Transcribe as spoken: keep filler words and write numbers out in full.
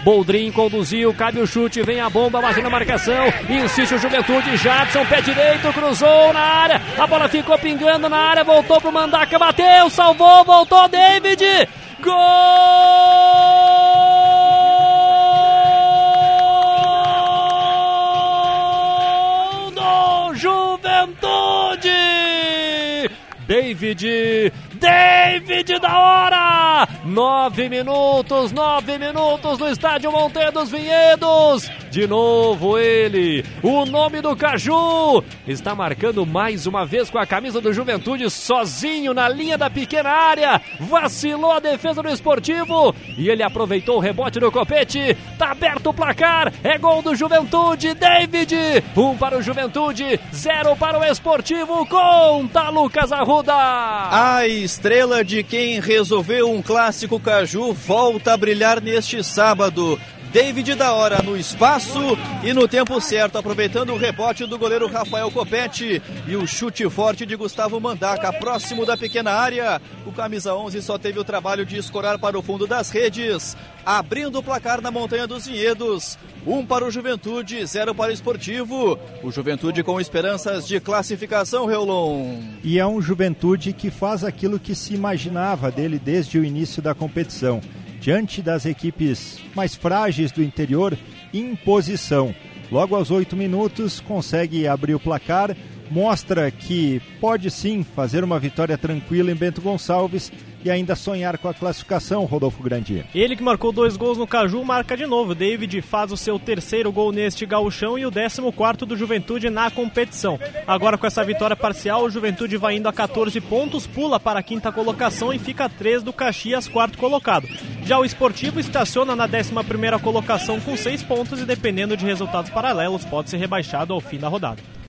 Boldrin conduziu, cabe o chute, vem a bomba, imagina a marcação, insiste o Juventude, Jadson, pé direito, cruzou na área, a bola ficou pingando na área, voltou pro Mandaca, bateu, salvou, voltou, David, gol do Juventude! David, David da hora! Nove minutos, nove minutos no estádio Monteiro dos Vinhedos. De novo ele, o nome do Caju, está marcando mais uma vez com a camisa do Juventude, sozinho na linha da pequena área. Vacilou a defesa do Esportivo e ele aproveitou o rebote do Copete. Tá aberto o placar, é gol do Juventude, David. Um para o Juventude, zero para o Esportivo. Conta, Lucas Arruda. A estrela de quem resolveu um clássico Caju volta a brilhar neste sábado. David da hora no espaço e no tempo certo, aproveitando o rebote do goleiro Rafael Copete e o chute forte de Gustavo Mandaca, próximo da pequena área. O camisa onze só teve o trabalho de escorar para o fundo das redes, abrindo o placar na Montanha dos Vinhedos. Um para o Juventude, zero para o Esportivo. O Juventude com esperanças de classificação, Reolon. E é um Juventude que faz aquilo que se imaginava dele desde o início da competição. Diante das equipes mais frágeis do interior, imposição. Logo aos oito minutos, consegue abrir o placar, mostra que pode sim fazer uma vitória tranquila em Bento Gonçalves e ainda sonhar com a classificação, Rodolfo Grandi. Ele que marcou dois gols no Caju, marca de novo. David faz o seu terceiro gol neste gauchão e o décimo quarto do Juventude na competição. Agora com essa vitória parcial, o Juventude vai indo a catorze pontos, pula para a quinta colocação e fica a três do Caxias, quarto colocado. Já o Esportivo estaciona na décima primeira colocação com seis pontos e, dependendo de resultados paralelos, pode ser rebaixado ao fim da rodada.